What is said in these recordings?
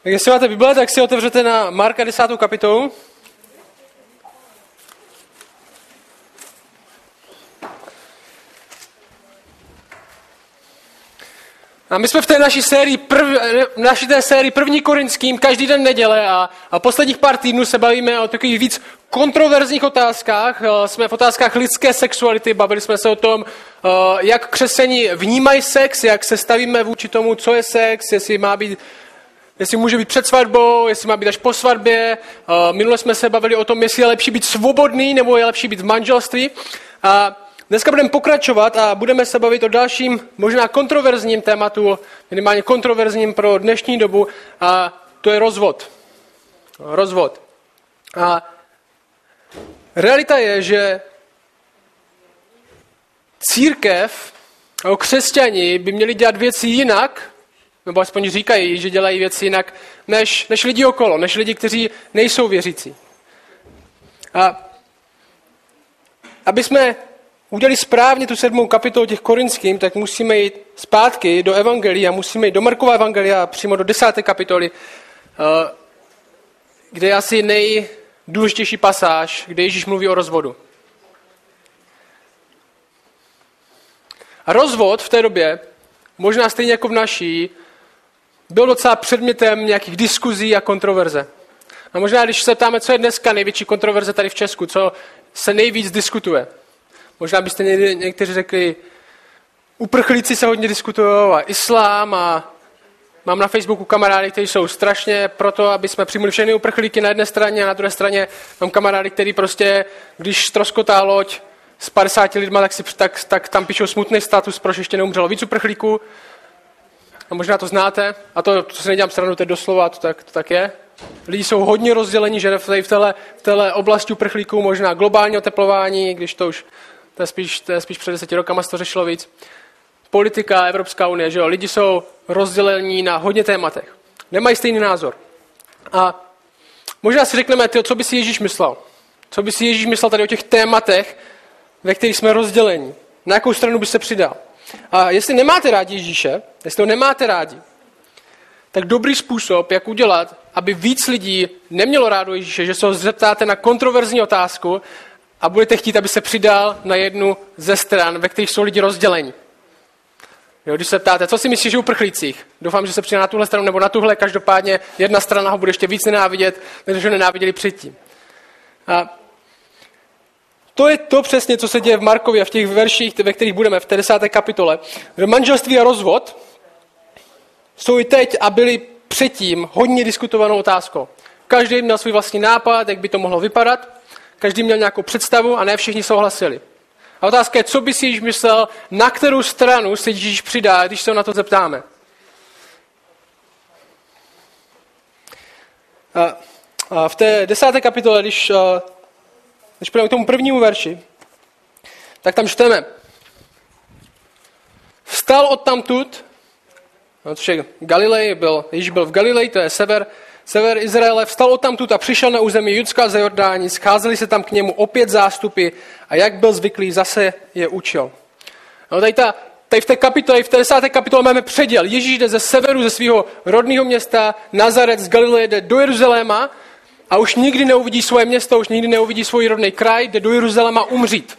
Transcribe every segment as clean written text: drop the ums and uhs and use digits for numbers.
Tak jestli máte Bible, tak si otevřete na Marka 10. kapitolu. A my jsme v té naší sérii první Korinským každý den neděle a posledních pár týdnů se bavíme o takových víc kontroverzních otázkách. Jsme v otázkách lidské sexuality, bavili jsme se o tom, jak křesťané vnímají sex, jak se stavíme vůči tomu, co je sex, jestli může být před svatbou, jestli má být až po svatbě. Minule jsme se bavili o tom, jestli je lepší být svobodný nebo je lepší být v manželství. A dneska budeme pokračovat a budeme se bavit o dalším, možná kontroverzním tématu, minimálně kontroverzním pro dnešní dobu, a to je rozvod. Rozvod. A realita je, že církev a křesťani by měli dělat věci jinak, nebo aspoň říkají, že dělají věci jinak, než lidi okolo, než lidi, kteří nejsou věřící. A aby jsme udělali správně tu 7. kapitolu těch Korinským, tak musíme jít zpátky do Evangelia, musíme jít do Markova Evangelia, přímo do 10. kapitoly, kde je asi nejdůležitější pasáž, kde Ježíš mluví o rozvodu. A rozvod v té době, možná stejně jako v naší, byl docela předmětem nějakých diskuzí a kontroverze. A možná, když se ptáme, co je dneska největší kontroverze tady v Česku, co se nejvíc diskutuje. Možná byste někteří řekli, uprchlíci se hodně diskutují a islám a mám na Facebooku kamarády, kteří jsou strašně proto, aby jsme přijmuli všechny uprchlíky na jedné straně a na druhé straně mám kamarády, kteří prostě, když ztroskotá loď s 50 lidma, tak tam píšou smutný status, proč ještě neumřelo víc uprchlíků. A možná to znáte. A to se nedělám stranu, to je doslova, to tak je. Lidi jsou hodně rozdělení, že v téhle oblasti uprchlíků možná globální oteplování, když to už to je spíš před 10 rokama se to řešilo víc. Politika, Evropská unie, že jo, lidi jsou rozdělení na hodně tématech. Nemají stejný názor. A možná si řekneme, co by si Ježíš myslel? Co by si Ježíš myslel tady o těch tématech, ve kterých jsme rozdělení? Na jakou stranu by se přidal? A jestli nemáte rádi Ježíše, jestli ho nemáte rádi, tak dobrý způsob, jak udělat, aby víc lidí nemělo rádo Ježíše, že se ho zeptáte na kontroverzní otázku a budete chtít, aby se přidal na jednu ze stran, ve kterých jsou lidi rozdělení. Jo, když se ptáte, co si myslíš o uprchlících? Doufám, že se přidá na tuhle stranu nebo na tuhle, každopádně jedna strana ho bude ještě víc nenávidět, než ho nenáviděli předtím. A to je to přesně, co se děje v Markově a v těch verších, ve kterých budeme, v té 10. kapitole. Že manželství a rozvod jsou i teď a byli předtím hodně diskutovanou otázkou. Každý měl svůj vlastní nápad, jak by to mohlo vypadat. Každý měl nějakou představu a ne všichni souhlasili. A otázka je, co by si Ježíš myslel, na kterou stranu se Ježíš přidá, když se ho na to zeptáme. A v té 10. kapitole, když půjdeme k tomu prvnímu verši, tak tam čteme. Vstal odtamtud, což je Galilej, Ježíš byl v Galileji, to je sever Izraele, vstal odtamtud a přišel na území Judska za Jordání, scházeli se tam k němu opět zástupy a jak byl zvyklý, zase je učil. No, tady v té kapitole, v té 10. kapitole máme předěl. Ježíš jde ze severu, ze svého rodného města Nazaret z Galileje, jde do Jeruzaléma a už nikdy neuvidí svoje město, už nikdy neuvidí svůj rodný kraj, jde do Jeruzaléma umřít.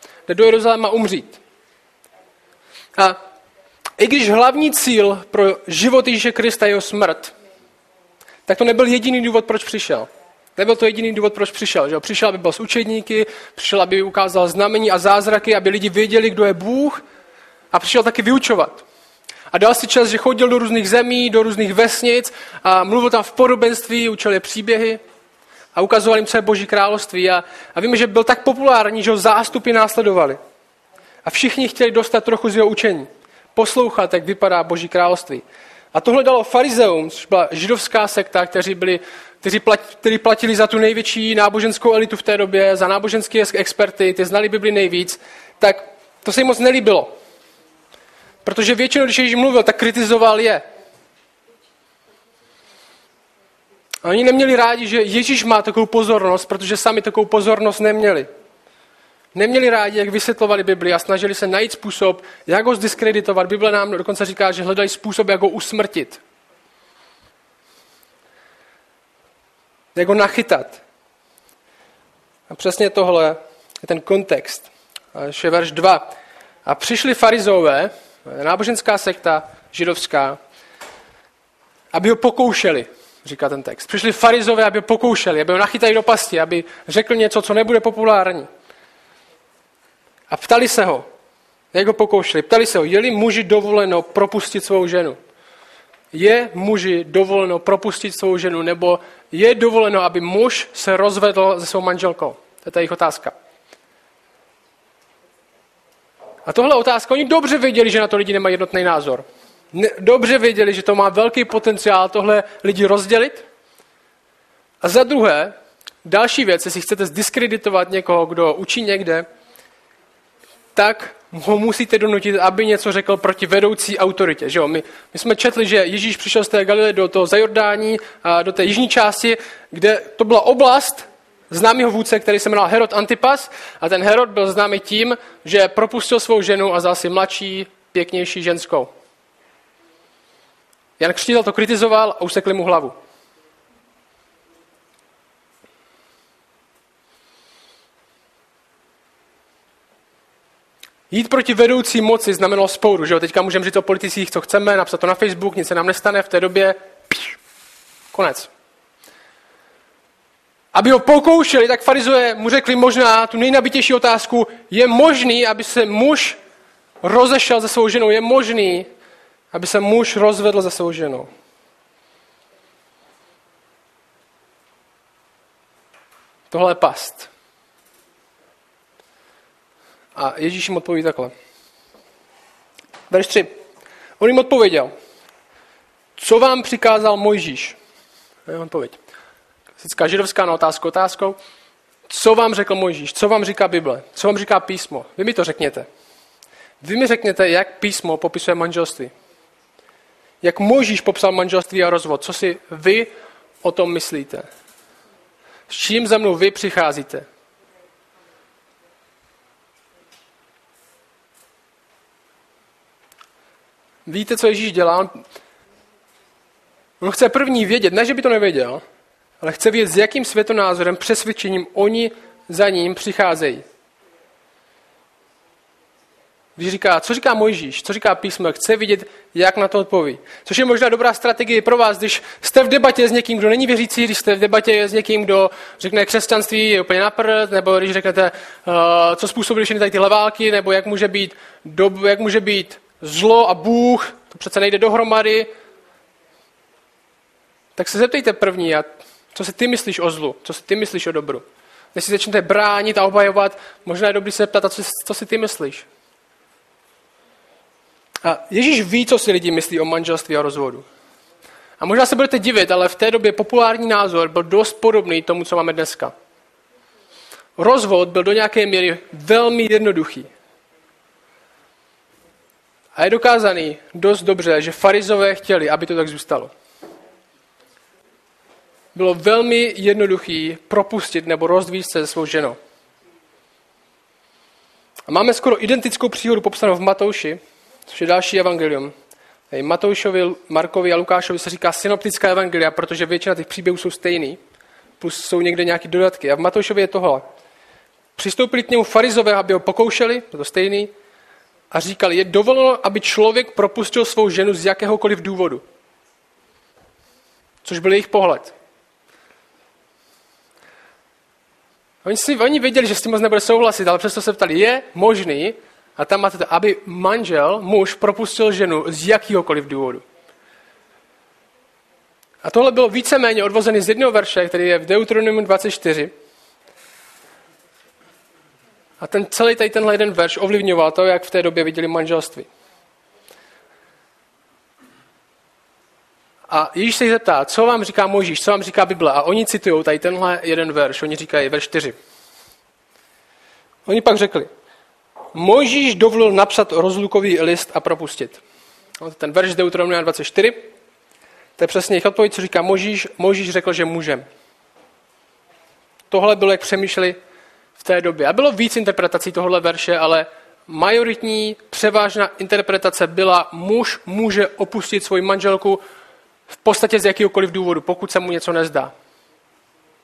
A i když hlavní cíl pro život Ježíše Krista je jeho smrt, tak to nebyl jediný důvod, proč přišel. Nebyl to jediný důvod, proč přišel. Že? Přišel, aby byl s učedníky, přišel, aby ukázal znamení a zázraky, aby lidi věděli, kdo je Bůh, a přišel taky vyučovat. A dal si čas, že chodil do různých zemí, do různých vesnic a mluvil tam v podobenství, učil je příběhy a ukazoval jim, co je Boží království. A víme, že byl tak populární, že ho zástupy následovali. A všichni chtěli dostat trochu z jeho učení. Poslouchat, jak vypadá Boží království. A tohle dalo farizeum, což byla židovská sekta, kteří platili za tu největší náboženskou elitu v té době, za náboženské experty, ty znali Bibli nejvíc, tak to se jim moc nelíbilo. Protože většinou, když Ježíš mluvil, tak kritizoval je. A oni neměli rádi, že Ježíš má takovou pozornost, protože sami takovou pozornost neměli. Neměli rádi, jak vysvětlovali Bibli a snažili se najít způsob, jak ho zdiskreditovat. Bible nám dokonce říká, že hledají způsob, jak ho usmrtit. jak ho nachytat. A přesně tohle je ten kontext. A ještě verš 2. A přišli farizové, náboženská sekta židovská, aby ho pokoušeli, říká ten text. Přišli farizové, aby ho pokoušeli, aby ho nachytali do pasti, aby řekl něco, co nebude populární. A ptali se ho, jak ho pokoušeli, ptali se ho, je-li muži dovoleno propustit svou ženu? Je muži dovoleno propustit svou ženu, nebo je dovoleno, aby muž se rozvedl se svou manželkou? To je ta jejich otázka. A tohle otázka, oni dobře věděli, že na to lidi nemají jednotný názor. Dobře věděli, že to má velký potenciál tohle lidi rozdělit. A za druhé, další věc, jestli chcete zdiskreditovat někoho, kdo učí někde, tak ho musíte donutit, aby něco řekl proti vedoucí autoritě. Že jo? My jsme četli, že Ježíš přišel z té Galileje do toho Zajordání, do té jižní části, kde to byla oblast známého vůdce, který se jmenoval Herod Antipas, a ten Herod byl známý tím, že propustil svou ženu a vzal si mladší, pěknější ženskou. Jan Křtitel to kritizoval a usekli mu hlavu. Jít proti vedoucí moci znamenalo spouru, že jo? Teďka můžeme říct o politicích, co chceme, napsat to na Facebook, nic se nám nestane, v té době konec. Aby ho pokoušeli, tak farizové mu řekli možná tu nejnabitější otázku, je možný, aby se muž rozešel se svou ženou, je možný, aby se muž rozvedl se svou ženou. Tohle je past. A Ježíš jim odpoví takhle. Verš 3. On jim odpověděl, co vám přikázal Mojžíš? Je odpověď. Klasická židovská na otázkou. Co vám řekl Mojžíš? Co vám říká Bible? Co vám říká písmo? Vy mi to řekněte. Vy mi řekněte, jak písmo popisuje manželství. Jak Mojžíš popsal manželství a rozvod. Co si vy o tom myslíte? S čím za mnou vy přicházíte? Víte, co Ježíš dělá? On chce první vědět, ne, že by to nevěděl, ale chce vědět, s jakým světonázorem, přesvědčením oni za ním přicházejí. Když říká, co říká Mojžíš, co říká písmo, chce vidět, jak na to odpoví. Což je možná dobrá strategie pro vás, když jste v debatě s někým, kdo není věřící, když jste v debatě s někým, kdo řekne křesťanství je úplně na prd, nebo když řeknete, co způsobily všechny tady tyhle války, nebo jak může být zlo a Bůh, to přece nejde dohromady, tak se zeptejte první, co si ty myslíš o zlu, co si ty myslíš o dobru. Než si začnete bránit a obhajovat, možná je dobrý se zeptat, co si ty myslíš. A Ježíš ví, co si lidi myslí o manželství a rozvodu. A možná se budete divit, ale v té době populární názor byl dost podobný tomu, co máme dneska. Rozvod byl do nějaké míry velmi jednoduchý. A je dokázaný dost dobře, že farizové chtěli, aby to tak zůstalo. Bylo velmi jednoduchý propustit nebo rozvíjet se se svou ženou. A máme skoro identickou příhodu popsanou v Matouši, což je další evangelium. Matoušovi, Markovi a Lukášovi se říká synoptická evangelia, protože většina těch příběhů jsou stejný, plus jsou někde nějaké dodatky. A v Matoušovi je tohle. Přistoupili k němu farizové, aby ho pokoušeli, to stejný, a říkali, je dovoleno, aby člověk propustil svou ženu z jakéhokoliv důvodu. Což byl jejich pohled. Oni věděli, že s tím moc nebude souhlasit, ale přesto se ptali, je možný, a tam máte to, aby muž propustil ženu z jakýhokoliv důvodu. A tohle bylo víceméně odvozené z jednoho verše, který je v Deuteronomium 24. A tenhle jeden verš ovlivňoval to, jak v té době viděli manželství. A Ježíš se jich zeptá, co vám říká Mojžíš, co vám říká Bible. A oni citují tady tenhle jeden verš, oni říkají verš 4. Oni pak řekli, Mojžíš dovolil napsat rozlukový list a propustit. Ten verš z Deuteronomia 24, to je přesně jejich odpověď, co říká Mojžíš. Mojžíš řekl, že můžem. Tohle bylo, jak přemýšleli v té době. A bylo víc interpretací tohohle verše, ale majoritní, převážná interpretace byla, muž může opustit svoji manželku v podstatě z jakýhokoliv důvodu, pokud se mu něco nezdá.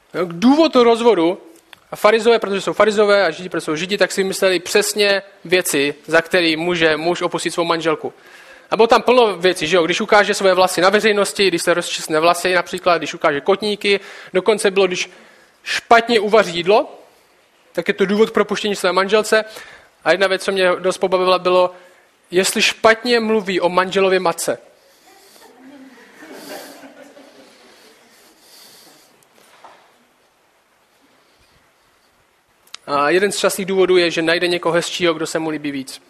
Důvod rozvodu, a farizové, protože jsou farizové a židi, protože jsou židi, tak si mysleli přesně věci, za který může muž opustit svou manželku. A bylo tam plno věcí, že jo? Když ukáže své vlasy na veřejnosti, když se rozčesne vlasy například, když ukáže kotníky, dokonce bylo, když špatně uvaří jídlo, tak je to důvod k propuštění své manželce. A jedna věc, co mě dost pobavila, bylo, jestli špatně mluví o manželově matce. A jeden z častých důvodů je, že najde někoho hezčího, kdo se mu líbí víc.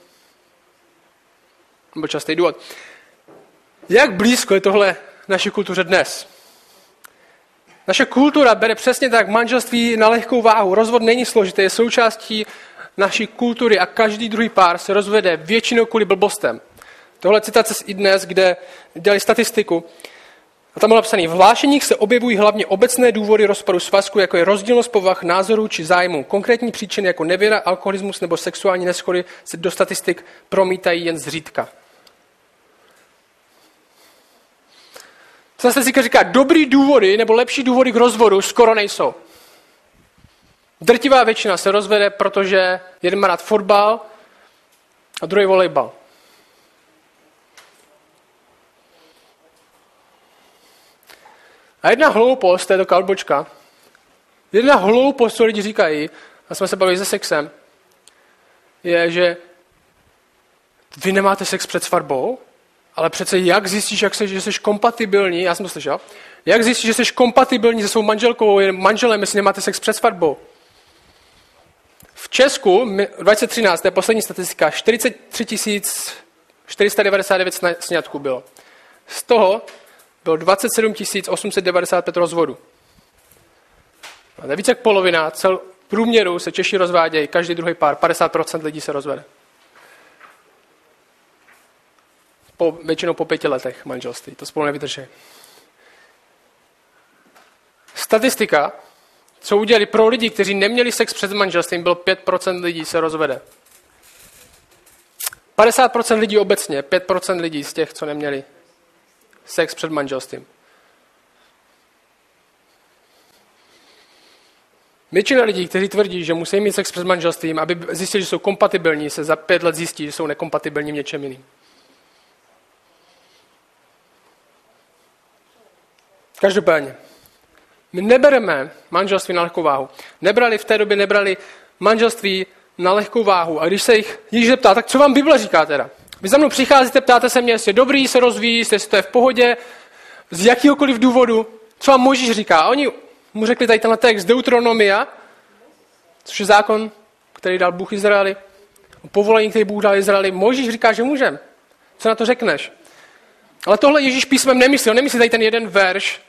Nebo častý důvod. Jak blízko je tohle naší kultuře dnes? Naše kultura bere přesně tak manželství na lehkou váhu. Rozvod není složitý, je součástí naší kultury a každý druhý pár se rozvede většinou kvůli blbostem. Tohle je citace z iDnes, kde dělali statistiku. A tam bylo napsané, v hlášeních se objevují hlavně obecné důvody rozpadu svazku, jako je rozdílnost povah, názorů či zájmů. Konkrétní příčiny jako nevěra, alkoholismus nebo sexuální neshody se do statistik promítají jen zřídka. Statistika říká, dobrý důvody nebo lepší důvody k rozvodu skoro nejsou. Drtivá většina se rozvede, protože jeden má rád fotbal a druhý volejbal. A jedna hloupost, to je to kalbočka, jedna hloupost, co lidi říkají, a jsme se bavili se sexem, je, že vy nemáte sex před svatbou, ale přece jak zjistíš, že jsi kompatibilní, já jsem to slyšel, jak zjistíš, že jsi kompatibilní se svou manželkou, manželem, jestli nemáte sex před svatbou. V Česku 2013, to je poslední statistika, 43 499 sňatků bylo. Z toho bylo 27 895 rozvodů. A to je více jak polovina, průměru se Češi rozvádějí, každý druhý pár, 50% lidí se rozvede. Většinou po 5 letech manželství, to spolu nevydrží. Statistika, co udělali pro lidi, kteří neměli sex před manželstvím, bylo 5% lidí se rozvede. 50% lidí obecně, 5% lidí z těch, co neměli sex před manželstvím. Většina lidí, kteří tvrdí, že musí mít sex před manželstvím, aby zjistili, že jsou kompatibilní, se za 5 let zjistí, že jsou nekompatibilní v něčem jiným. Každopádně, my nebereme manželství na lehkou váhu. V té době nebrali manželství na lehkou váhu. A když se jich zeptá, tak co vám Bible říká teda? Vy za mnou přicházíte, ptáte se mě, jestli je dobrý se rozvíjí, jestli to je v pohodě, z jakýhokoliv důvodu, co vám Mojžíš říká. A oni mu řekli tady tenhle text Deuteronomia, což je zákon, který dal Bůh Izraeli, o povolení, který Bůh dal Izraeli. Mojžíš říká, že můžem. Co na to řekneš? Ale tohle Ježíš písmem nemyslí. On nemyslí tady ten jeden verš.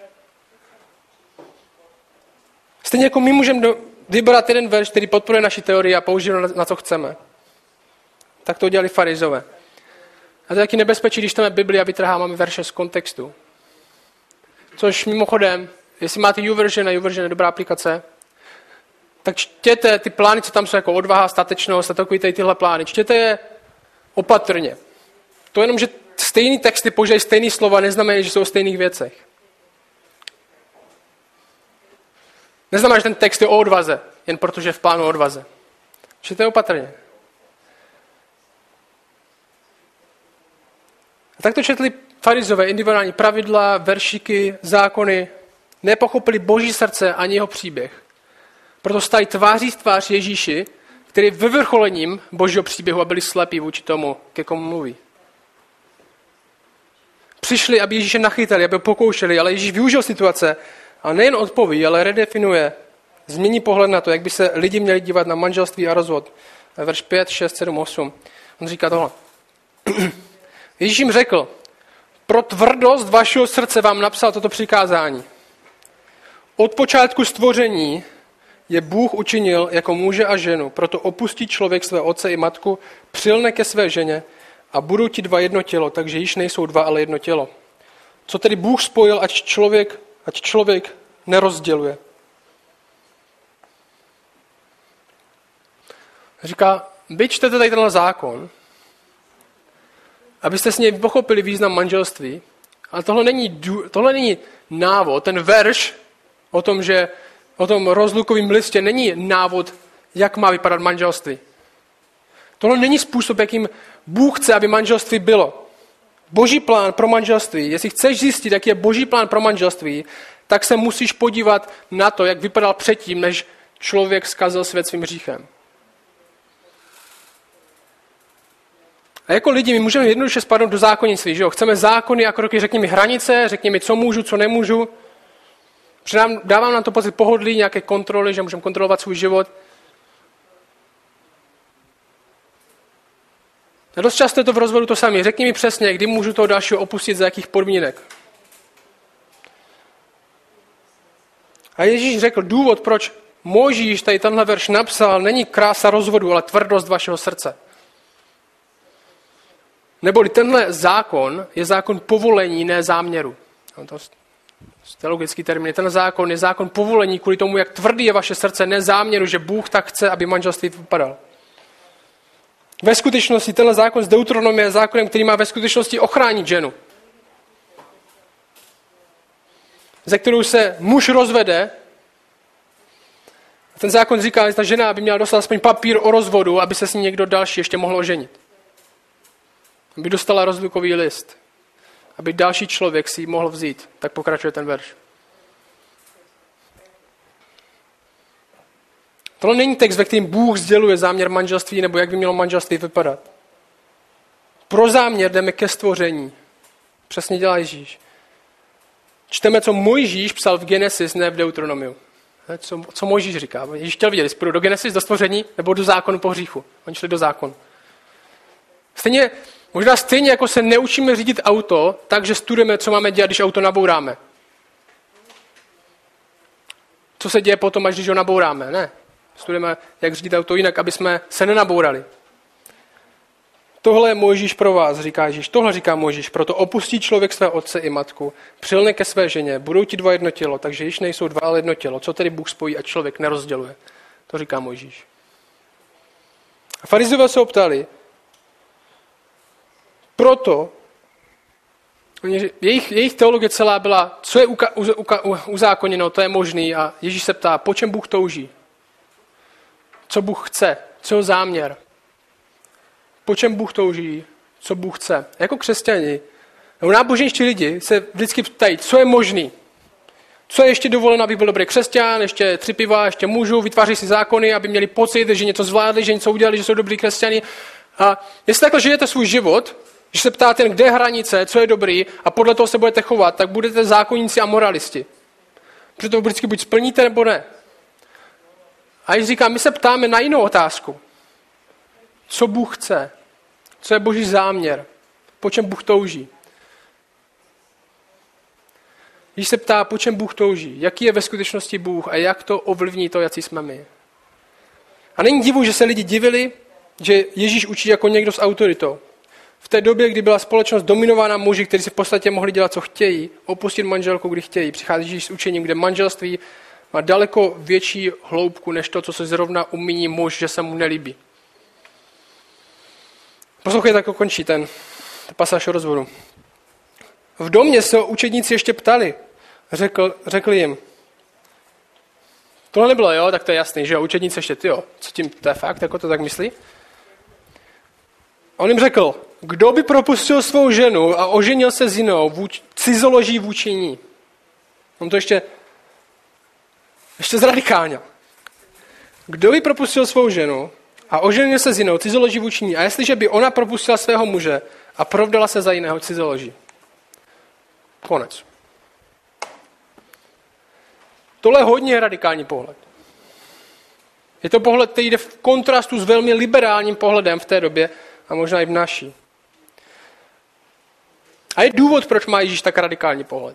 Stejně jako my můžeme vybrat jeden verš, který podporuje naši teorii a použijeme na co chceme. Tak to udělali farizové. A to je taky nebezpečí, když čteme Bibli a vytrháváme verše z kontextu. Což mimochodem, jestli máte YouVersion a YouVersion je dobrá aplikace, tak čtěte ty plány, co tam jsou jako odvaha, statečnost a takový tyhle plány. Čtěte je opatrně. To jenom, že stejný texty používají stejný slova, neznamená, že jsou o stejných věcech. Neznamená, že ten text je o odvaze, jen protože je v plánu o odvaze. Čtěte opatrně. A tak to četli farizové, individuální pravidla, veršíky, zákony, nepochopili Boží srdce ani jeho příběh. Proto stáli tváří v tvář Ježíši, který je vyvrcholením Božího příběhu a byli slepí vůči tomu, ke komu mluví. Přišli, aby Ježíše nachytali, aby ho pokoušeli, ale Ježíš využil situace a nejen odpoví, ale redefinuje, změní pohled na to, jak by se lidi měli dívat na manželství a rozvod. Verš 5, 6, 7, 8. On říká tohle. Ježíš jim řekl, pro tvrdost vašeho srdce vám napsal toto přikázání. Od počátku stvoření je Bůh učinil jako muže a ženu, proto opustí člověk své otce i matku, přilne ke své ženě a budou ti dva jedno tělo, takže již nejsou dva, ale jedno tělo. Co tedy Bůh spojil, ať člověk nerozděluje. Říká, vy čtete tady tenhle zákon, abyste s něj pochopili význam manželství, ale tohle není návod, ten verš o tom, že o tom rozlukovém listě není návod, jak má vypadat manželství. Tohle není způsob, jakým Bůh chce, aby manželství bylo. Boží plán pro manželství, jestli chceš zjistit, jaký je Boží plán pro manželství, tak se musíš podívat na to, jak vypadal předtím, než člověk zkazil svět svým hříchem. A jako lidi my můžeme jednoduše spadnout do zákonnictví, že jo? Chceme zákony a kroky, řekni mi hranice, řekni mi, co můžu, co nemůžu. Dávám nám to pocit pohodlí, nějaké kontroly, že můžeme kontrolovat svůj život. A dost často je to v rozvodu to samé. Řekni mi přesně, kdy můžu toho dalšího opustit, za jakých podmínek. A Ježíš řekl, důvod, proč Mojžíš tady tenhle verš napsal, není krása rozvodu, ale tvrdost vašeho srdce. Neboli tenhle zákon je zákon povolení, ne záměru. To je teologický termín. Ten zákon je zákon povolení kvůli tomu, jak tvrdý je vaše srdce, ne záměru, že Bůh tak chce, aby manželství vypadalo. Ve skutečnosti tenhle zákon z Deuteronomie je zákonem, který má ve skutečnosti ochránit ženu. Ze kterou se muž rozvede. Ten zákon říká, že ta žena by měla dostat aspoň papír o rozvodu, aby se s ní někdo další ještě mohl oženit. Aby dostala rozlukový list. Aby další člověk si ji mohl vzít. Tak pokračuje ten verš. Tohle není text, ve kterým Bůh sděluje záměr manželství, nebo jak by mělo manželství vypadat. Pro záměr jdeme ke stvoření. Přesně dělá Ježíš. Čteme, co Mojžíš psal v Genesis, ne v Deuteronomiu. Co Mojžíš říká? Ježíš chtěl vidět, jestli půjdu do Genesis, do stvoření, nebo do zákonu po hříchu. Oni šli do zákonu. Možná stejně, jako se neučíme řídit auto, takže studujeme, co máme dělat, když auto nabouráme. Co se děje potom, až když ho nabouráme? Ne. Studujeme, jak řídit auto jinak, aby jsme se nenabourali. Tohle je Mojžíš pro vás, říká Ježíš. Tohle říká Mojžíš. Proto opustí člověk své otce i matku, přilne ke své ženě, budou ti dva jedno tělo, takže již nejsou dva, ale jedno tělo. Co tedy Bůh spojí a člověk nerozděluje? To říká Mojžíš. A farizové se ho ptali, proto, jejich teologie celá byla, co je uzákoněno, to je možný a Ježíš se ptá, po čem Bůh touží? Co Bůh chce? Co je záměr? Po čem Bůh touží? Co Bůh chce? Jako křesťani, nebo náboženští lidi se vždycky ptají, co je možný? Co je ještě dovoleno, aby byl dobrý křesťan, ještě 3 piva, ještě můžu, vytváří si zákony, aby měli pocit, že něco zvládli, že něco udělali, že jsou dobrý křesťani. A jestli takhle žijete svůj život, že se ptáte, kde je hranice, co je dobrý a podle toho se budete chovat, tak budete zákonníci a moralisti. Protože to vždycky buď splníte, nebo ne. A když říkám, my se ptáme na jinou otázku. Co Bůh chce? Co je Boží záměr? Po čem Bůh touží? Když se ptá, po čem Bůh touží, jaký je ve skutečnosti Bůh a jak to ovlivní to, jaký jsme my. A není divu, že se lidi divili, že Ježíš učí jako někdo s autoritou. V té době, kdy byla společnost dominována muži, kteří si v podstatě mohli dělat, co chtějí, opustit manželku, kdy chtějí, přichází Ježíš s učením, kde manželství má daleko větší hloubku, než to, co se zrovna umíní muž, že se mu nelíbí. Poslouchejte, jak končí ten pasáž o rozvodu. V domě se učedníci ještě ptali. Řekli jim. Tohle nebylo, jo? Tak to je jasný, že jo? Učedníci ještě, jo? Co tím, to je fakt, jako to tak myslí? On jim řekl, kdo by propustil svou ženu a oženil se s jinou, cizoloží vůči ní. On to ještě zradikálně. Kdo by propustil svou ženu a oženil se s jinou, cizoloží vůči ní, a jestliže by ona propustila svého muže a provdala se za jiného, cizoloží. Konec. Tohle je hodně radikální pohled. Je to pohled, který jde v kontrastu s velmi liberálním pohledem v té době a možná i v naší. A je důvod, proč má Ježíš tak radikální pohled.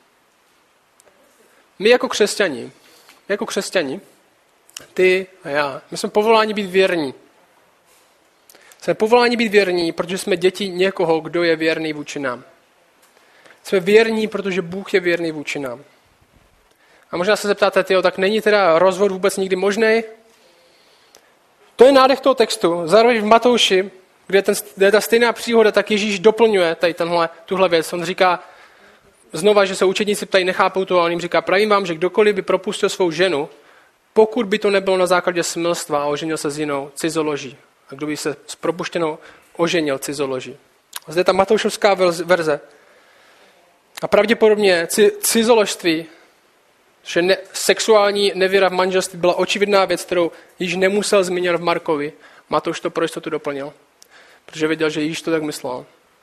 My jako křesťani, ty a já, my jsme povoláni být věrní. Jsme povoláni být věrní, protože jsme děti někoho, kdo je věrný vůči nám. Jsme věrní, protože Bůh je věrný vůči nám. A možná se zeptáte, tak není teda rozvod vůbec nikdy možný? To je nádech toho textu. Zároveň v Matouši, kde je ta stejná příhoda, tak Ježíš doplňuje tady tuhle věc. On říká, znova, že se učedníci ptají, nechápou to, a on jim říká, pravím vám, že kdokoliv by propustil svou ženu, pokud by to nebylo na základě smilstva a oženil se s jinou, cizoloží. A kdo by se s propuštěnou oženil, cizoloží. A zde je ta matoušovská verze. A pravděpodobně cizoložství, že sexuální nevěra v manželství byla očividná věc, kterou již nemusel zmínit v Markovi. Matouš to pro jistotu doplnil, protože věděl, že Ježíš to tak myslel.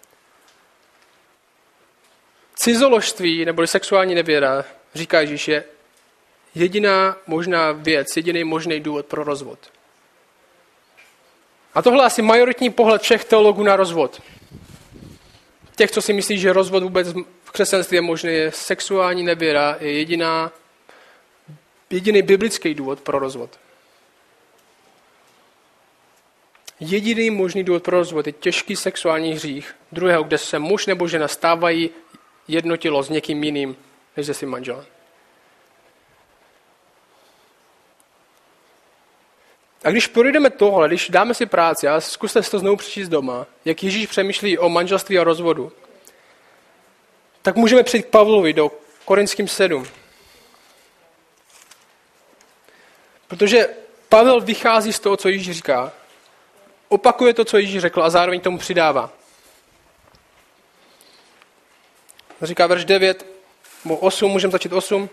Cizoložství nebo sexuální nevěra, říká Ježíš, je jediná možná věc, jediný možný důvod pro rozvod. A tohle je asi majoritní pohled všech teologů na rozvod. Těch, co si myslí, že rozvod vůbec v křesťanství je možný, je sexuální nevěra, je jediný biblický důvod pro rozvod. Jediný možný důvod pro rozvod je těžký sexuální hřích druhého, kde se muž nebo žena stávají jedno tělo s někým jiným, než se svým manželem. A když projdeme tohle, když dáme si práci, a zkuste si to znovu přečíst doma, jak Ježíš přemýšlí o manželství a rozvodu, tak můžeme přijít k Pavlovi do Korinským 7. Protože Pavel vychází z toho, co Ježíš říká, opakuje to, co Ježíš řekl a zároveň tomu přidává. Říká verš 9, nebo 8, můžeme začít 8.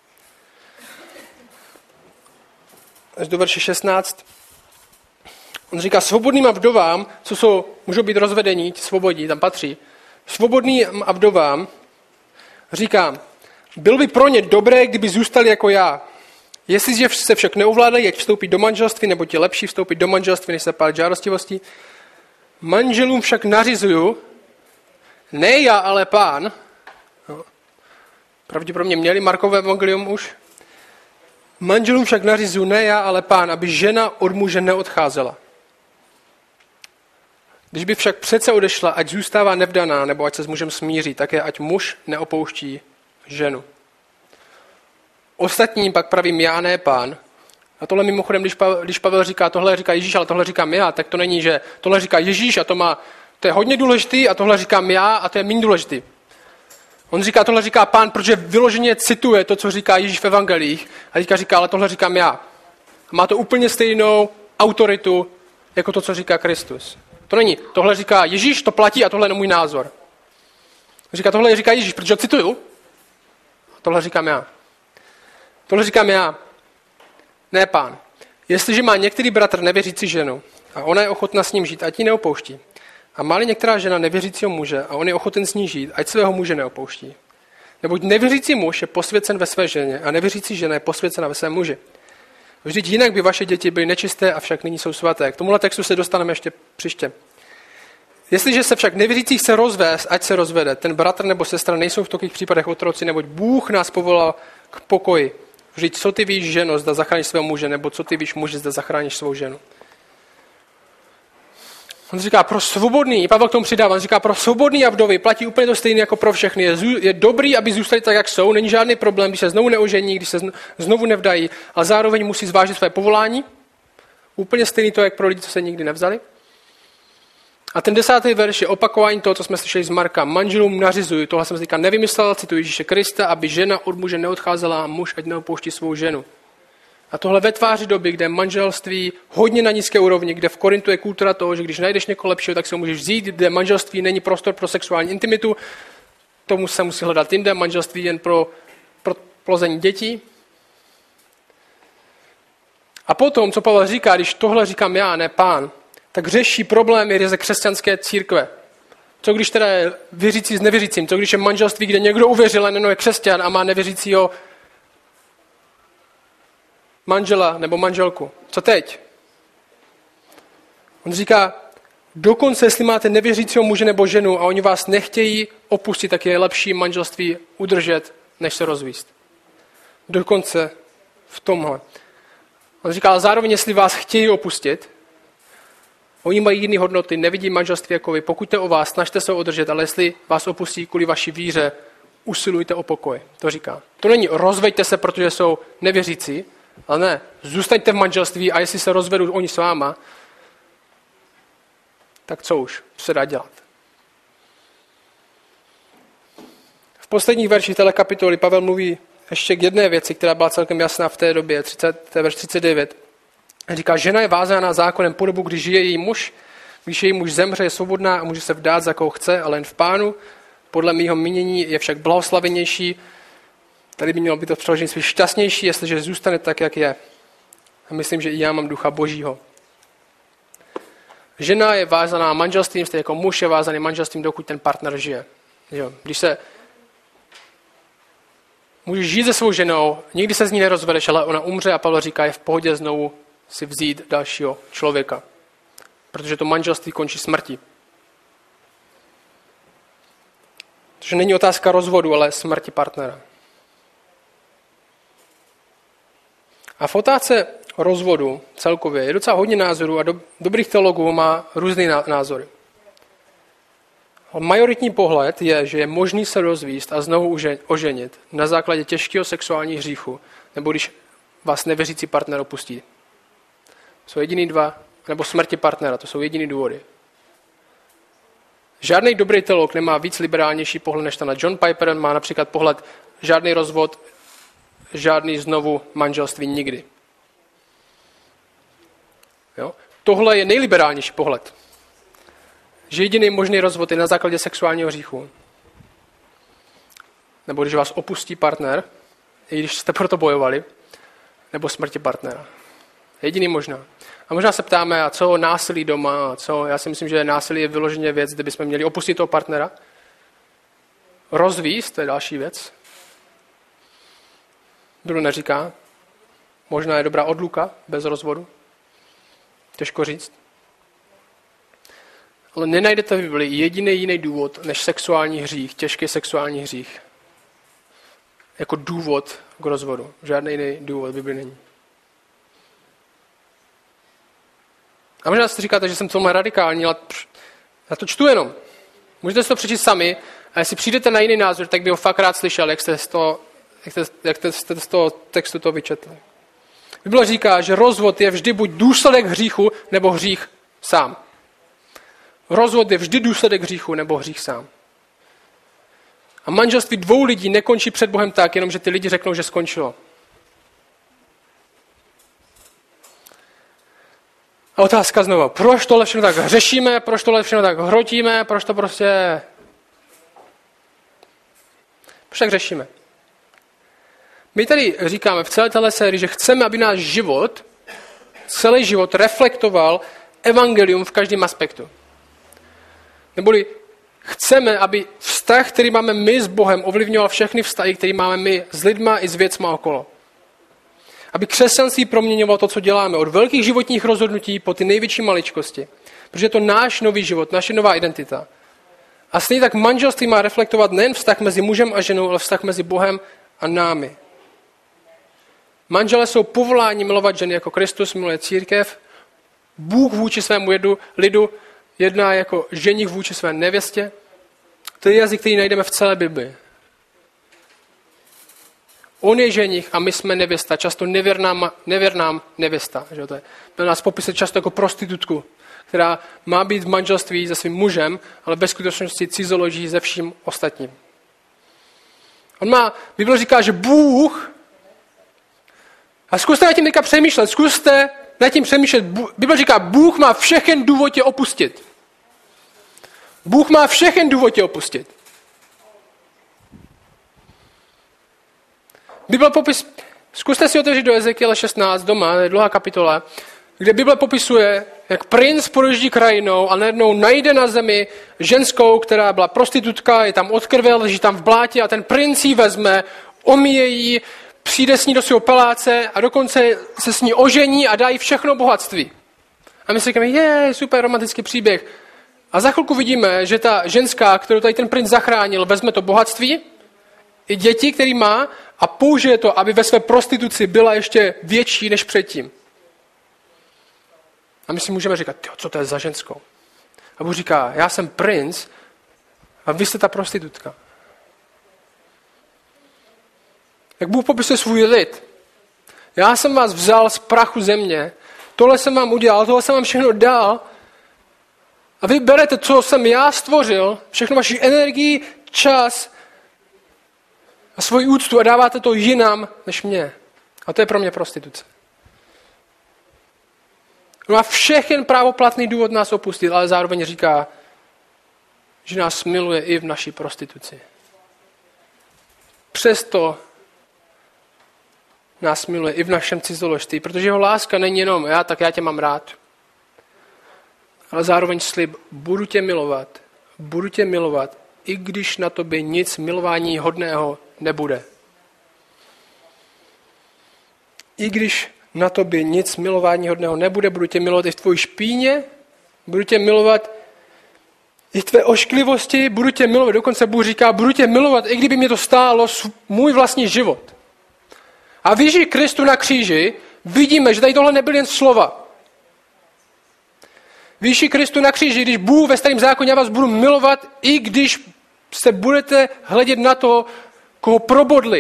Až do verše 16. On říká, svobodným a vdovám, můžou být rozvedení, ti svobodní, tam patří. Svobodným a vdovám říkám, bylo by pro ně dobré, kdyby zůstali jako já. Jestliže se však neovládají, ať vstoupí do manželství, nebo ti lepší vstoupit do manželství, než se pálit žádostivosti. Manželům však nařizuju, ne já, ale Pán. Pravděpodobně měli Markové evangelium už. Manželům však nařizuju, ne já, ale Pán, aby žena od muže neodcházela. Když by však přece odešla, ať zůstává nevdaná, nebo ať se s mužem smíří, také ať muž neopouští ženu. Ostatním pak pravím já, ne Pán. A tohle mimochodem, když Pavel říká, tohle říká Ježíš, ale tohle říkám já, tak to není, že tohle říká Ježíš a to je hodně důležitý a tohle říkám já a to je méně důležitý. On říká, tohle říká Pán, protože vyloženě cituje to, co říká Ježíš v evangelích a říká, ale tohle říkám já. A má to úplně stejnou autoritu, jako to, co říká Kristus. To není, tohle říká Ježíš, to platí a tohle je můj názor. Říká, tohle říká Ježíš, protože cituju. A tohle říkám já. Tohle říkám já. Ne Pán. Jestliže má některý bratr nevěřící ženu a ona je ochotna s ním žít, ať ji neopouští. A má-li některá žena nevěřícího muže a on je ochoten s ní žít, ať svého muže neopouští. Neboť nevěřící muž je posvěcen ve své ženě a nevěřící žena je posvěcena ve svém muži. Vždyť jinak by vaše děti byly nečisté, avšak nyní jsou svaté. K tomuhle textu se dostaneme ještě příště. Jestliže se však nevěřící chce rozvést, ať se rozvede. Ten bratr nebo sestra nejsou v takových případech otroci, neboť Bůh nás povolal k pokoji. Vždyť co ty víš, ženo, zda zachráníš svého muže, nebo co ty víš, muži, zda zachráníš svou ženu. On říká, pro svobodný, Pavel k tomu přidává, on říká, pro svobodný a vdovy platí úplně to stejné jako pro všechny. Je dobrý, aby zůstali tak, jak jsou, není žádný problém, když se znovu neožení, když se znovu nevdají, ale zároveň musí zvážit své povolání. Úplně stejný to, jak pro lidi, co se nikdy nevzali. A ten 10. verš je opakování toho, co jsme slyšeli z Marka. Manželům nařizuji, tohle jsem říkal, nevymyslel, cituji Ježíše Krista, aby žena od muže neodcházela a muž ať neopouští svou ženu. A tohle ve tváři doby, kde manželství hodně na nízké úrovni, kde v Korintu je kultura toho, že když najdeš někoho lepšího, tak se ho můžeš vzít, kde manželství není prostor pro sexuální intimitu, tomu se musí hledat jinde, manželství jen pro plození dětí. A potom, co Pavel říká, když tohle říkám já, ne Pán, tak řeší problémy ze křesťanské církve. Co když teda je věřící s nevěřícím? Co když je manželství, kde někdo uvěřil, jen je křesťan a má nevěřícího manžela nebo manželku? Co teď? On říká, dokonce jestli máte nevěřícího muže nebo ženu a oni vás nechtějí opustit, tak je lepší manželství udržet, než se rozvíst. Dokonce v tomhle. On říká, ale zároveň, jestli vás chtějí opustit, oni mají jiné hodnoty, nevidí manželství jako vy. Pokud to o vás, snažte se ho udržet, ale jestli vás opustí kvůli vaší víře, usilujte o pokoj. To říká. To není rozveďte se, protože jsou nevěřící, ale ne, zůstaňte v manželství a jestli se rozvedou oni s váma, tak co už se dá dělat. V posledních verších téhle kapitoly Pavel mluví ještě k jedné věci, která byla celkem jasná v té době, to je verš 39. Říká, žena je vázána zákonem po dobu, když žije její muž. Když její muž zemře, je svobodná a může se vdát za koho chce, ale jen v Pánu. Podle mýho mínění je však blahoslavenější. Tady by mělo být to přeložení svý šťastnější, jestliže zůstane tak, jak je. A myslím, že i já mám ducha Božího. Žena je vázaná manželstvím, stejně jako muž je vázaný manželstvím, dokud ten partner žije. Jo. Když se můžeš žít se svou ženou, nikdy se z ní nerozvedeš, ale ona umře a Pavel říká, je v pohodě znovu si vzít dalšího člověka. Protože to manželství končí smrtí. Protože není otázka rozvodu, ale smrti partnera. A v otázce rozvodu celkově je docela hodně názorů a dobrých teologů má různý názory. Majoritní pohled je, že je možný se rozvíst a znovu oženit na základě těžkého sexuálního hříchu, nebo když vás nevěřící partner opustí. Jsou jediný dva, nebo smrti partnera, to jsou jediný důvody. Žádný dobrý teolog nemá víc liberálnější pohled než ten. John Piper má například pohled žádný rozvod, žádný znovu manželství nikdy. Jo? Tohle je nejliberálnější pohled. Že jediný možný rozvod je na základě sexuálního hříchu. Nebo když vás opustí partner, i když jste proto bojovali, nebo smrti partnera. Jediný možná. A možná se ptáme, a co násilí doma, já si myslím, že násilí je vyloženě věc, kde bychom měli opustit toho partnera. Rozvíst, to je další věc. Bible neříká. Možná je dobrá odluka bez rozvodu. Těžko říct. Ale nenajdete v Bibli jediný jiný důvod než sexuální hřích, těžký sexuální hřích. Jako důvod k rozvodu. Žádný jiný důvod v Bibli není. A možná si říkáte, že jsem tomhle radikální, ale já to čtu jenom. Můžete si to přečíst sami a jestli přijdete na jiný názor, tak bych ho fakt rád slyšel, jak jste z toho textu to vyčetli. Bible říká, že rozvod je vždy buď důsledek hříchu, nebo hřích sám. Rozvod je vždy důsledek hříchu, nebo hřích sám. A manželství dvou lidí nekončí před Bohem tak, jenom že ty lidi řeknou, že skončilo. A otázka znovu, proč tohle všechno tak hřešíme, proč tohle všechno tak hrotíme, proč to prostě... Proč tak řešíme? My tady říkáme v celé téhle sérii, že chceme, aby náš život, celý život reflektoval evangelium v každém aspektu. Neboli chceme, aby vztah, který máme my s Bohem, ovlivňoval všechny vztahy, které máme my s lidma i s věcma okolo. Aby křesťanství proměňovalo to, co děláme, od velkých životních rozhodnutí po ty největší maličkosti. Protože je to náš nový život, naše nová identita. A stejně tak manželství má reflektovat nejen vztah mezi mužem a ženou, ale vztah mezi Bohem a námi. Manželé jsou povoláni milovat ženy jako Kristus miluje církev. Bůh vůči svému lidu jedná jako ženich vůči své nevěstě. To je jazyk, který najdeme v celé Bibli. On je ženich a my jsme nevěsta, často nevěrná nevěsta. Že to je. Byl nás popisat často jako prostitutku, která má být v manželství se svým mužem, ale bez skutečnosti cizoloží se vším ostatním. Bible říká, že Bůh, a zkuste nad tím teďka přemýšlet, Bible říká, Bůh má všechen důvod tě opustit. Bůh má všechen důvod tě opustit. Zkuste si otevřít do Ezekiela 16 doma, to je dlouhá kapitola, kde Bible popisuje, jak princ projíždí krajinou a najednou najde na zemi ženskou, která byla prostitutka, je tam od krve, leží tam v blátě a ten princ ji vezme, omije ji, přijde s ní do svého paláce a dokonce se s ní ožení a dá jí všechno bohatství. A my si říkáme, super romantický příběh. A za chvilku vidíme, že ta ženská, kterou tady ten princ zachránil, vezme to bohatství, i děti, který má, a použije to, aby ve své prostituci byla ještě větší než předtím. A my si můžeme říkat, co to je za ženskou? A Bůh říká, já jsem princ a vy jste ta prostitutka. Jak Bůh popisuje svůj lid. Já jsem vás vzal z prachu země, tohle jsem vám udělal, tohle jsem vám všechno dal a vy berete, co jsem já stvořil, všechno vaši energii, čas a svoji úctu a dáváte to jinam než mě. A to je pro mě prostituce. On má všechen právoplatný důvod nás opustit, ale zároveň říká, že nás miluje i v naší prostituci. Přesto nás miluje i v našem cizoložství, protože jeho láska není jenom já tě mám rád, ale zároveň slib, budu tě milovat, i když na tobě nic milování hodného nebude. I když na tobě nic milování hodného nebude, budu tě milovat i v tvojí špíně, budu tě milovat i v tvé ošklivosti, budu tě milovat, dokonce Bůh říká, budu tě milovat, i kdyby mě to stálo můj vlastní život. A v Ježíši Kristu na kříži vidíme, že tady tohle nebyly jen slova. V Ježíši Kristu na kříži, když Bůh ve starém zákoně, já vás budu milovat, i když se budete hledět na to, koho probodli.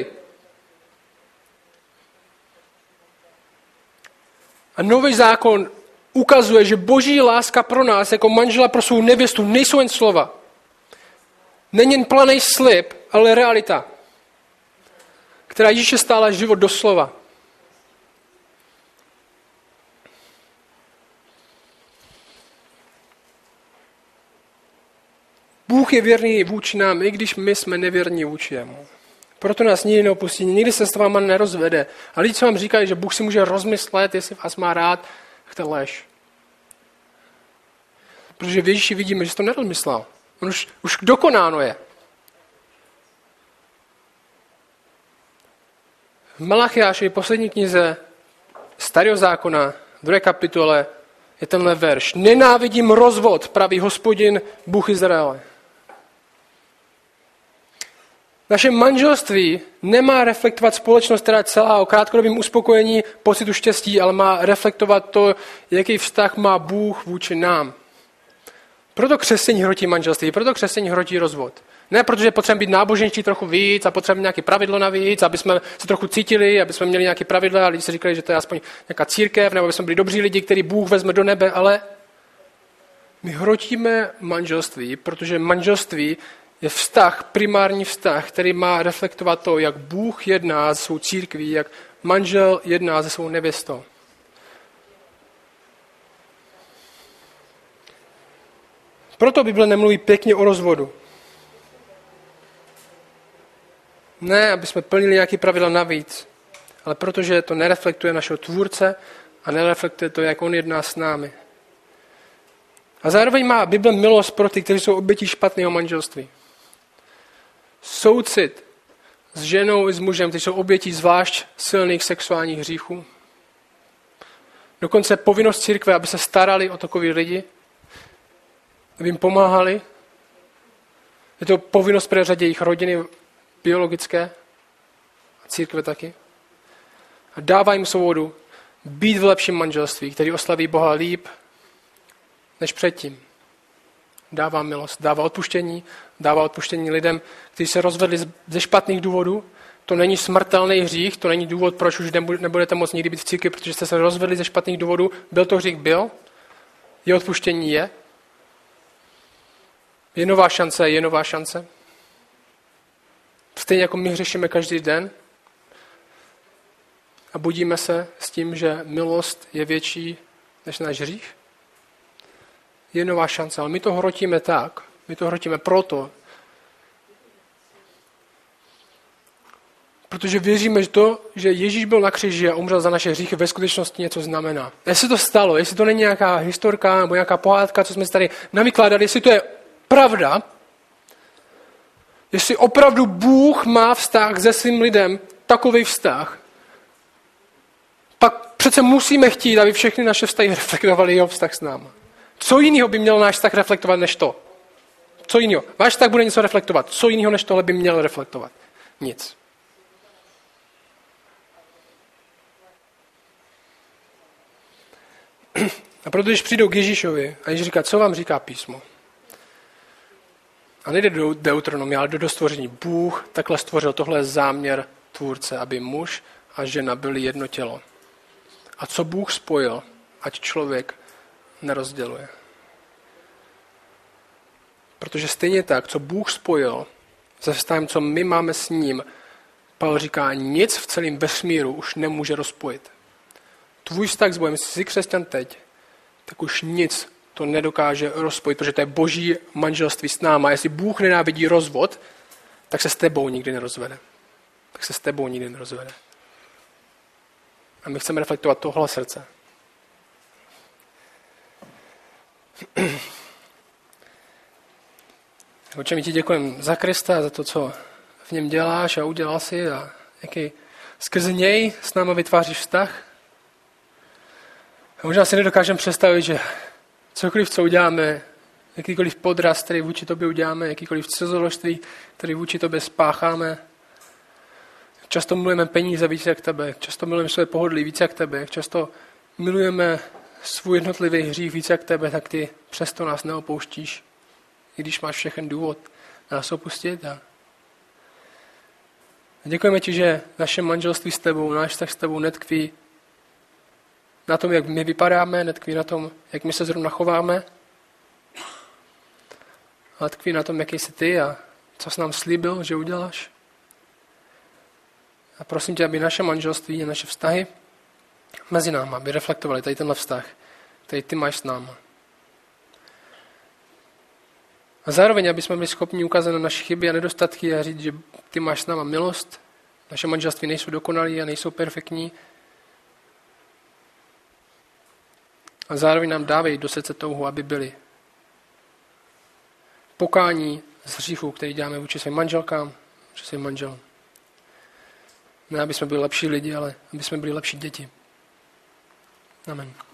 A nový zákon ukazuje, že boží láska pro nás, jako manžela pro svou nevěstu, nejsou jen slova. Není jen planý slib, ale realita, která Ježíše stála život doslova. Bůh je věrný vůči nám, i když my jsme nevěrní vůči jemu. Proto nás nikdy neopustí, nikdy se s váma nerozvede. A lidi, co vám říkají, že Bůh si může rozmyslet, jestli vás má rád, tak to je lež. Protože v Ježíši vidíme, že jsi to nerozmyslel. On už dokonáno je. V Malachiáši, poslední knize Starého zákona, 2. kapitole, je tenhle verš. Nenávidím rozvod, praví Hospodin, Bůh Izraele. Naše manželství nemá reflektovat společnost, která je celá o krátkodobém uspokojení, pocitu štěstí, ale má reflektovat to, jaký vztah má Bůh vůči nám. Proto křesťané hrotí manželství, proto křesťané hrotí rozvod. Ne protože potřebujeme být náboženští trochu víc a potřebujeme nějaké pravidlo navíc, aby jsme se trochu cítili, aby jsme měli nějaké pravidla a lidi si říkali, že to je aspoň nějaká církev, nebo aby jsme byli dobří lidi, který Bůh vezme do nebe, ale my hrotíme manželství, protože manželství je vztah, primární vztah, který má reflektovat to, jak Bůh jedná se svou církví, jak manžel jedná se svou nevěstou. Proto Bible nemluví pěkně o rozvodu. Ne, aby jsme plnili nějaké pravidla navíc, ale protože to nereflektuje našeho tvůrce a nereflektuje to, jak on jedná s námi. A zároveň má Bible milost pro ty, kteří jsou obětí špatného manželství. Soucit s ženou i s mužem, kteří jsou obětí zvlášť silných sexuálních hříchů. Dokonce povinnost církve, aby se starali o takové lidi, aby jim pomáhali. Je to povinnost pro řadě jejich rodiny biologické a církve taky. A dává jim svobodu být v lepším manželství, který oslaví Boha líp než předtím. Dává milost, dává odpuštění lidem, kteří se rozvedli ze špatných důvodů. To není smrtelný hřích, to není důvod, proč už nebudete moct nikdy být v církvi, protože jste se rozvedli ze špatných důvodů. Byl to hřích? Byl. Je odpuštění? Je. Je nová šance. Stejně jako my hřešíme každý den a budíme se s tím, že milost je větší než náš hřích. Je nová šance, ale my to hrotíme tak. My to hrotíme proto, protože věříme, že Ježíš byl na kříži a umřel za naše hříchy, ve skutečnosti něco znamená. Jestli to stalo, jestli to není nějaká historka nebo nějaká pohádka, co jsme si tady navykládali, jestli to je pravda, jestli opravdu Bůh má vztah se svým lidem, takový vztah, pak přece musíme chtít, aby všechny naše vztahy reflektovaly jeho vztah s námi. Co jiného by měl náš vztah reflektovat než to? Co jiného? Váš vztah bude něco reflektovat. Co jiného než tohle by měl reflektovat? Nic. A proto, když přijdou k Ježíšovi a Ježíš říká, co vám říká písmo? A nejde do Deuteronomie, ale do stvoření. Bůh takhle stvořil, tohle je záměr tvůrce, aby muž a žena byli jedno tělo. A co Bůh spojil, ať člověk nerozděluje. Protože stejně tak, co Bůh spojil se vztahem, co my máme s ním, Pavel říká, nic v celém vesmíru už nemůže rozpojit. Tvůj vztah s Bohem, jestli jsi křesťan teď, tak už nic to nedokáže rozpojit, protože to je boží manželství s náma. Jestli Bůh nenávidí rozvod, tak se s tebou nikdy nerozvede. A my chceme reflektovat tohle srdce. Oče, my ti děkujeme za Krista, za to, co v něm děláš a udělal si a jaký skrze něj s náma vytváříš vztah. A možná si nedokážeme představit, že cokoliv, co uděláme, jakýkoliv podraz, který vůči tobě uděláme, jakýkoliv cizoložství, který vůči tobě spácháme, často milujeme peníze víc jak tebe, často milujeme své pohodlí víc jak tebe, často milujeme svůj jednotlivý hřích víc jak tebe, tak ty přesto nás neopouštíš, i když máš všechen důvod nás opustit. A děkujeme ti, že naše manželství s tebou, náš vztah s tebou netkví na tom, jak my vypadáme, netkví na tom, jak my se zrovna chováme, ale tkví na tom, jaký jsi ty a co jsi nám slíbil, že uděláš. A prosím tě, aby naše manželství a naše vztahy mezi námi, aby reflektovali tady tenhle vztah, který ty máš s námi. A zároveň, aby jsme byli schopni ukázat na naše chyby a nedostatky a říct, že ty máš s náma milost. Naše manželství nejsou dokonalí a nejsou perfektní. A zároveň nám dávej do srdce touhu, aby byli pokání z hříchu, který děláme vůči svým manželkám, vůči svým manželům. Ne, aby jsme byli lepší lidi, ale aby jsme byli lepší děti. Amen.